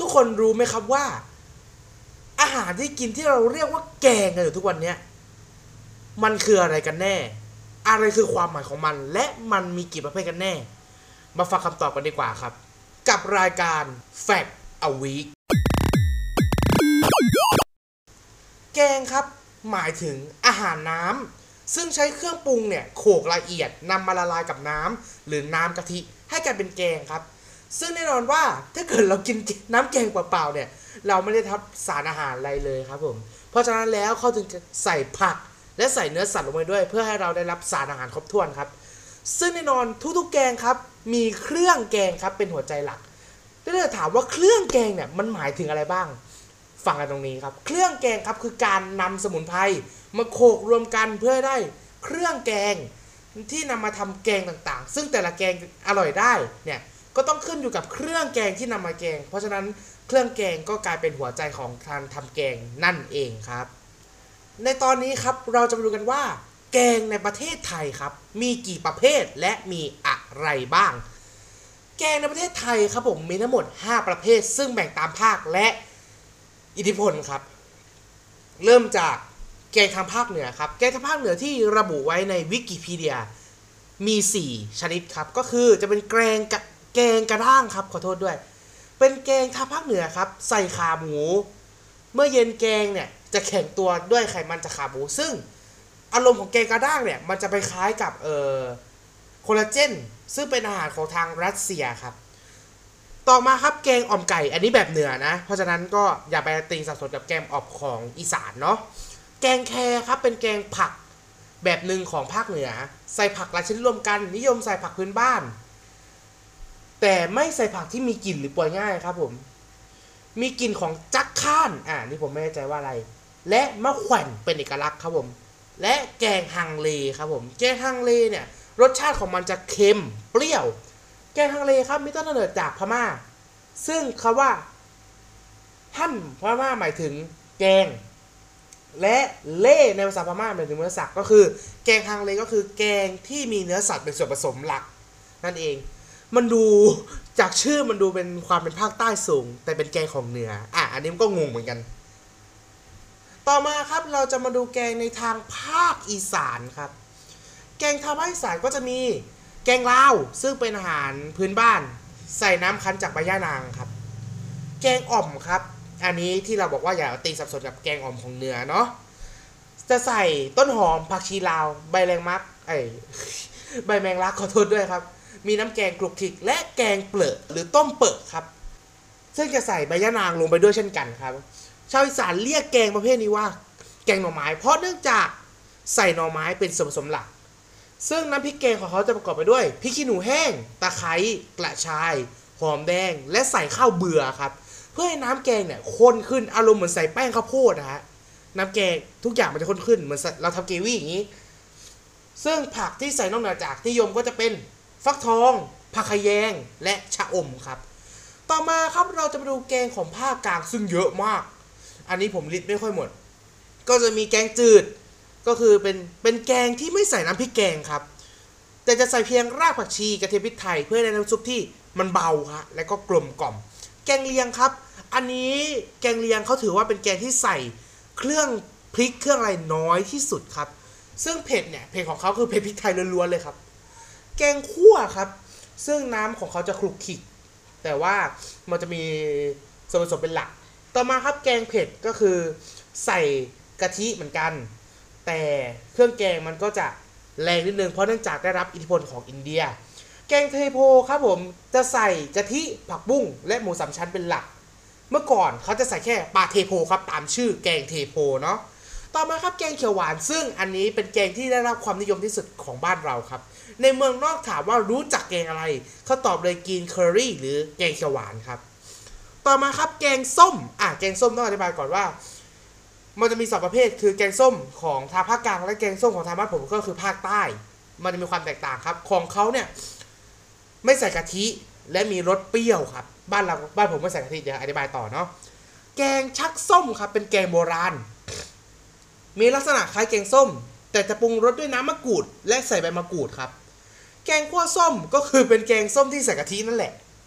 ทุกคนรู้ไหมครับว่าอาหารที่กินที่เราเรียกว่าแกงกันอยู่ทุกวันนี้มันคืออะไรกันแน่อะไรคือความหมายของมันและมันมีกี่ประเภทกันแน่มาฟังคำตอบกันดีกว่าครับกับรายการ Fact a Week แกงครับหมายถึงอาหารน้ำซึ่งใช้เครื่องปรุงเนี่ยโขลกละเอียดนำมาละลายกับน้ำหรือน้ำกะทิให้กลายเป็นแกงครับซึ่งแน่นอนว่าถ้าเกิดเรากินน้ำแกงเปล่าๆเนี่ยเราไม่ได้ทับสารอาหารอะไรเลยครับผมเพราะฉะนั้นแล้วเขาจึงจะใส่ผักและใส่เนื้อสัตว์ลงไปด้วยเพื่อให้เราได้รับสารอาหารครบถ้วนครับซึ่งแน่นอนทุกๆแกงครับมีเครื่องแกงครับเป็นหัวใจหลักถ้าเราถามว่าเครื่องแกงเนี่ยมันหมายถึงอะไรบ้างฟังกันตรงนี้ครับเครื่องแกงครับคือการนำสมุนไพรมาโขลกรวมกันเพื่อให้ได้เครื่องแกงที่นำมาทำแกงต่างๆซึ่งแต่ละแกงอร่อยได้เนี่ยก็ต้องขึ้นอยู่กับเครื่องแกงที่นำมาแกงเพราะฉะนั้นเครื่องแกงก็กลายเป็นหัวใจของการทำแกงนั่นเองครับในตอนนี้ครับเราจะมาดูกันว่าแกงในประเทศไทยครับมีกี่ประเภทและมีอะไรบ้างแกงในประเทศไทยครับผมมีทั้งหมด5ประเภทซึ่งแบ่งตามภาคและอิทธิพลครับเริ่มจากแกงทางภาคเหนือครับแกงทางภาคเหนือที่ระบุไว้ในวิกิพีเดียมี4ชนิดครับก็คือจะเป็นแกงกระด้างครับขอโทษด้วยเป็นแกงทางภาคเหนือครับใส่ขาหมูเมื่อเย็นแกงเนี่ยจะแข็งตัวด้วยไขมันจากขาหมูซึ่งอารมณ์ของแกงกระด้างเนี่ยมันจะไปคล้ายกับโคลลาเจนซึ่งเป็นอาหารของทางรัสเซียครับต่อมาครับแกงอ่อมไก่อันนี้แบบเหนือนะเพราะฉะนั้นก็อย่าไปตีสับสนกับแกงอ่อมของอีสานเนาะแกงแคครับเป็นแกงผักแบบหนึ่งของภาคเหนือใส่ผักหลายชนิดรวมกันนิยมใส่ผักพื้นบ้านแต่ไม่ใส่ผักที่มีกลิ่นหรือป่วยง่ายครับผมมีกลิ่นของจักข้านนี่ผมไม่แน่ใจว่าอะไรและมะแขวนเป็นเอกลักษณ์ครับผมและแกงฮังเลครับผมแกงฮังเลเนี่ยรสชาติของมันจะเค็มเปรี้ยวแกงฮังเลครับมีต้นกำเนิดจากพม่าซึ่งคำว่าหั่นพม่าหมายถึงแกงและเล่ในภาษาพม่าหมายถึงเนื้อสัตว์ก็คือแกงฮังเลก็คือแกงที่มีเนื้อสัตว์เป็นส่วนผสมหลักนั่นเองมันดูจากชื่อมันดูเป็นความเป็นภาคใต้สูงแต่เป็นแกงของเหนืออันนี้มันก็งงเหมือนกันต่อมาครับเราจะมาดูแกงในทางภาคอีสานครับแกงทางภาคอีสานก็จะมีแกงลาวซึ่งเป็นอาหารพื้นบ้านใส่น้ำคั้นจากใบย่านางครับแกงอ่อมครับอันนี้ที่เราบอกว่าอย่าตีสับสนกับแกงอ่อมของเหนือเนาะจะใส่ต้นหอมผักชีลาวใบแรงมักใบแมงลักขอโทษด้วยครับมีน้ำแกงกรุกคลิกและแกงเปลือกหรือต้มเปลือกครับซึ่งจะใส่ใบย่านางลงไปด้วยเช่นกันครับชาวอีสานเรียกแกงประเภทนี้ว่าแกงหน่อไม้เพราะเนื่องจากใส่หน่อไม้เป็นส่วนผสมหลักซึ่งน้ำพริกแกงของเขาจะประกอบไปด้วยพริกขี้หนูแห้งตะไคร้กระชายหอมแดงและใส่ข้าวเบื่อครับเพื่อให้น้ำแกงเนี่ยข้นขึ้นอารมณ์เหมือนใส่แป้งข้าวโพดนะฮะน้ำแกงทุกอย่างมันจะข้นขึ้นเหมือนเราทำเกวี่อย่างนี้ซึ่งผักที่ใส่นอกเหนือจากนิยมก็จะเป็นฟักทองผักขะแยงและชะอมครับต่อมาครับเราจะมาดูแกงของภาคกลางซึ่งเยอะมากอันนี้ผมลิสต์ไม่ค่อยหมดก็จะมีแกงจืดก็คือเป็นแกงที่ไม่ใส่น้ำพริกแกงครับแต่จะใส่เพียงรากผักชีกระเทียมพริกไทยเพื่อให้ได้น้ำซุปที่มันเบาฮะและก็กลมกล่อมแกงเลียงครับอันนี้แกงเลียงเขาถือว่าเป็นแกงที่ใส่เครื่องพริกเครื่องอะไรน้อยที่สุดครับซึ่งเผ็ดของเขาคือเผ็ดพริกไทยล้วนๆเลยครับแกงคั่วครับซึ่งน้ำของเขาจะคลุกคลิกแต่ว่ามันจะมีส่วนผสมเป็นหลักต่อมาครับแกงเผ็ดก็คือใส่กะทิเหมือนกันแต่เครื่องแกงมันก็จะแรงนิดนึงเพราะเนื่องจากได้รับอิทธิพลของอินเดียแกงเทโพครับผมจะใส่กะทิผักบุ้งและหมูสามชั้นเป็นหลักเมื่อก่อนเขาจะใส่แค่ปลาเทโพครับตามชื่อแกงเทโพเนาะต่อมาครับแกงเขียวหวานซึ่งอันนี้เป็นแกงที่ได้รับความนิยมที่สุดของบ้านเราครับในเมืองนอกถามว่ารู้จักแกงอะไรเขาตอบเลยกินเคอรี่หรือแกงเขียวหวานครับต่อมาครับแกงส้มแกงส้มต้องอธิบายก่อนว่ามันจะมี2ประเภทคือแกงส้มของทางภาคกลางและแกงส้มของทางบ้านผมก็คือภาคใต้มันจะมีความแตกต่างครับของเขาเนี่ยไม่ใส่กะทิและมีรสเปรี้ยวครับบ้านผมไม่ใส่กะทิเดี๋ยวอธิบายต่อเนาะแกงชักส้มครับเป็นแกงโบราณมีลักษณะคล้ายแกงส้มแต่จะปรุงรสด้วยน้ำมะกรูดและใส่ใบมะกรูดครับแกงคั่วส้มก็คือเป็นแกงส้มที่ใส่กะทินั่นแหละ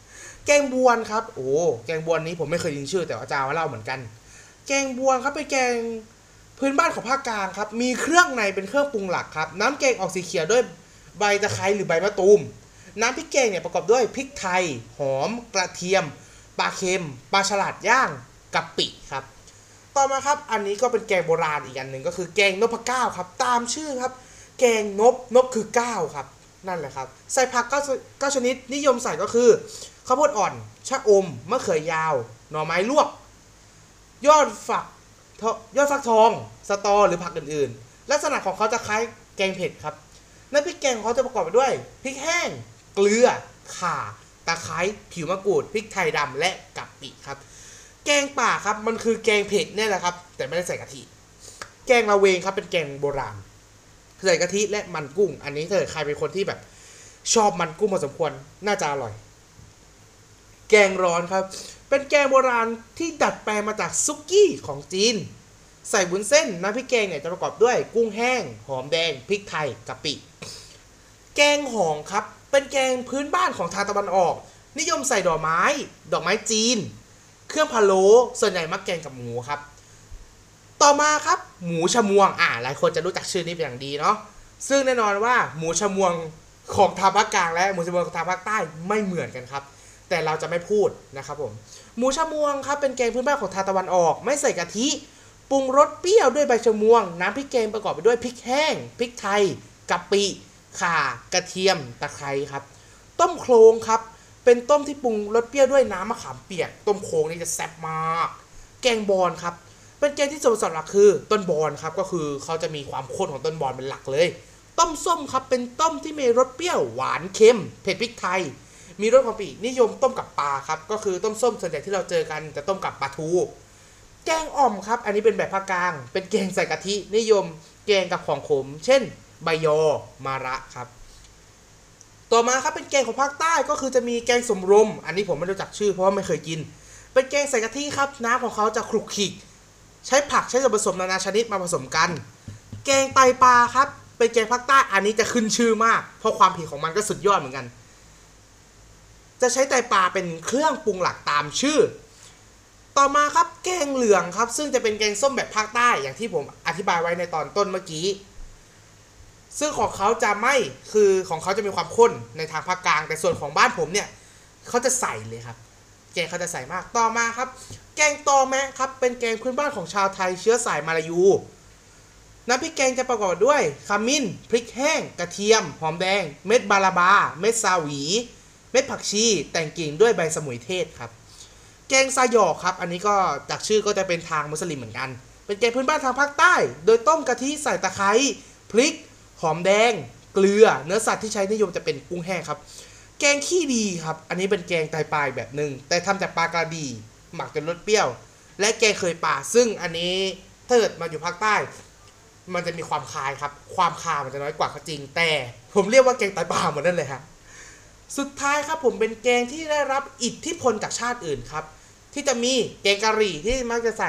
แกงบวนครับโอ้แกงบวนนี้ผมไม่เคยยินชื่อแต่อาจารย์มาเล่าเหมือนกันแกงบวนครับเป็นแกงพื้นบ้านของภาคกลางครับมีเครื่องในเป็นเครื่องปรุงหลักครับน้ำแกงออกสีเขียวด้วยใบตะไคร้หรือใบมะตูมน้ำพริกแกงเนี่ยประกอบด้วยพริกไทยหอมกระเทียมปลาเค็มปลาฉลาดย่างกะปิครับต่อมาครับอันนี้ก็เป็นแกงโบราณอีกอันหนึ่งก็คือแกงนพเก้าครับตามชื่อครับแกงนบคือ9ครับนั่นแหละครับใส่ผัก9ชนิดนิยมใส่ก็คือข้าวโพดอ่อนชะอมมะเขือยาวหน่อไม้ลวกยอดฝักทองสตอหรือผักอื่นๆลักษณะของเขาจะคล้ายแกงเผ็ดครับน้ำพริกแกงของเขาจะประกอบไปด้วยพริกแห้งเกลือข่าตะไคร้ผิวมะกรูดพริกไทยดำและกะปิครับแกงป่าครับมันคือแกงเผ็ดเนี่ยแหละครับแต่ไม่ได้ใส่กะทิแกงละเวงครับเป็นแกงโบราณใส่กะทิและมันกุ้งอันนี้ถ้าใครเป็นคนที่แบบชอบมันกุ้งพอสมควรน่าจะอร่อยแกงร้อนครับเป็นแกงโบราณที่ดัดแปลงมาจากซุกี้ของจีนใส่วุ้นเส้นน้ำพริกแกงเนี่ยจะประกอบด้วยกุ้งแห้งหอมแดงพริกไทยกะปิแกงห่องครับเป็นแกงพื้นบ้านของทางตะวันออกนิยมใส่ดอกไม้จีนเครื่องพะโล้ส่วนใหญ่มักแกงกับหมูครับต่อมาครับหมูชะมวงหลายคนจะรู้จักชื่อนี้เป็นอย่างดีเนาะซึ่งแน่นอนว่าหมูชะมวงของทางภาคกลางและหมูชะมวงของทางภาคใต้ไม่เหมือนกันครับแต่เราจะไม่พูดนะครับผมหมูชะมวงครับเป็นแกงพื้นบ้านของทางตะวันออกไม่ใส่กะทิปรุงรสเปรี้ยวด้วยใบชะมวงน้ำพริกแกงประกอบไปด้วยพริกแห้งพริกไทยกะปิข่ากระเทียมตะไคร้ครับต้มโครงครับเป็นต้มที่ปรุงรสเปรี้ยวด้วยน้ำมะขามเปียกต้มโครงนี่จะแซ่บมากแกงบอนครับเป็นแกงที่ส่วนผสมหลักคือต้นบอนครับก็คือเขาจะมีความข้นของต้นบอนเป็นหลักเลยต้มส้มครับเป็นต้มที่มีรสเปรี้ยวหวานเค็มเผ็ดพริกไทยมีรสของปีนิยมต้มกับปลาครับก็คือต้มส้มส่วนใหญ่ที่เราเจอกันจะต้มกับปลาทูแกงอ่อมครับอันนี้เป็นแบบภาคกลางเป็นแกงใส่กะทินิยมแกงกับของขมเช่นใบยอมาระครับต่อมาครับเป็นแกงของภาคใต้ก็คือจะมีแกงสมรมอันนี้ผมไม่รู้จักชื่อเพราะว่าไม่เคยกินเป็นแกงใส่กะทิครับน้ำของเขาจะคลุกคลิกใช้ผักใช้ส่วนผสมนานาชนิดมาผสมกันแกงไตปลาครับเป็นแกงภาคใต้อันนี้จะขึ้นชื่อมากเพราะความเผ็ดของมันก็สุดยอดเหมือนกันจะใช้ไตปลาเป็นเครื่องปรุงหลักตามชื่อต่อมาครับแกงเหลืองครับซึ่งจะเป็นแกงส้มแบบภาคใต้อย่างที่ผมอธิบายไว้ในตอนต้นเมื่อกี้ซึ่งของเขาจะไม่คือของเขาจะมีความข้นในทางภาคกลางแต่ส่วนของบ้านผมเนี่ยเขาจะใส่เลยครับแกงเขาจะใส่มากต่อมาครับแกงตอแมะครับเป็นแกงพื้นบ้านของชาวไทยเชื้อสายมาลายูน้ำพริกแกงจะประกอบด้วยขมิ้นพริกแห้งกระเทียมหอมแดงเม็ดบาลาบาเม็ดซาหวีเม็ดผักชีแต่งกิ่งด้วยใบสมุยเทศครับแกงซาหยอกครับอันนี้ก็จากชื่อก็จะเป็นทางมุสลิมเหมือนกันเป็นแกงพื้นบ้านทางภาคใต้โดยต้มกะทิใส่ตะไคร้พริกหอมแดงเกลือเนื้อสัตว์ที่ใช้นิยมจะเป็นกุ้งแห้งครับแกงขี้ดีครับอันนี้เป็นแกงไตปลาแบบหนึ่งแต่ทำจากปลากระดีหมักจนรสเปรี้ยวและแกงเคยปลาซึ่งอันนี้ถ้าเกิดมาอยู่ภาคใต้มันจะมีความคายครับความคามันจะน้อยกว่าก็จริงแต่ผมเรียกว่าแกงไตปลาเหมือนนั่นเลยครับสุดท้ายครับผมเป็นแกงที่ได้รับอิทธิพลจากชาติอื่นครับที่จะมีแกงกะหรี่ที่มักจะใส่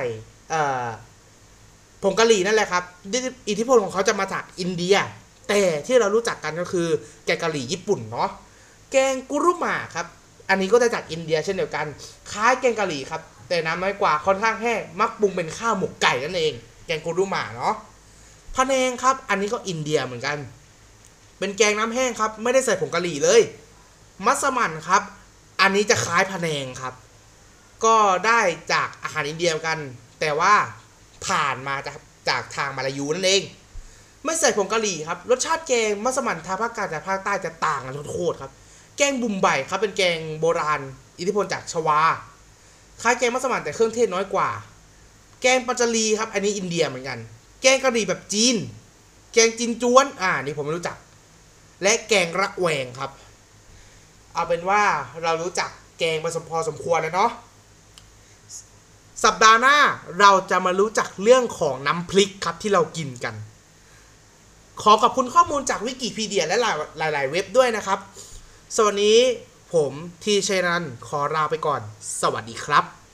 ผงกะหรี่นั่นแหละครับอิทธิพลของเขาจะมาจากอินเดียแต่ที่เรารู้จักกันก็คือแกงกะหรี่ญี่ปุ่นเนาะแกงกุรุมะครับอันนี้ก็ได้จากอินเดียเช่นเดียวกันคล้ายแกงกะหรี่ครับแต่น้ำน้อยกว่าค่อนข้างแห้งมักปรุงเป็นข้าวหมกไก่นั่นเองแกงกุรุมะเนาะพะแนงครับอันนี้ก็อินเดียเหมือนกันเป็นแกงน้ำแห้งครับไม่ได้ใส่ผงกะหรี่เลยมัสมั่นครับอันนี้จะคล้ายพะแนงครับก็ได้จากอาหารอินเดียกันแต่ว่าผ่านมาจากทางมาลายูนั่นเองไม่ใส่ผงกะหรี่ครับรสชาติแกงมัสมั่นทางภาคกลางจากภาคใต้จะต่างกันโคตรครับแกงบุมไบครับเป็นแกงโบราณอิทธิพลจากชวาคล้ายแกงมัสมั่นแต่เครื่องเทศน้อยกว่าแกงปัจจารีครับอันนี้อินเดียเหมือนกันแกงกะหรี่แบบจีนแกงจีนจ้วนนี่ผมไม่รู้จักและแกงระแวงครับเอาเป็นว่าเรารู้จักแกงมาพอสมควรแล้วเนาะสัปดาห์หน้าเราจะมารู้จักเรื่องของน้ำพริกครับที่เรากินกันขอขอบคุณข้อมูลจากวิกิพีเดียและหลายๆเว็บด้วยนะครับสวัสดีผมทีชัยนันท์ขอลาไปก่อนสวัสดีครับ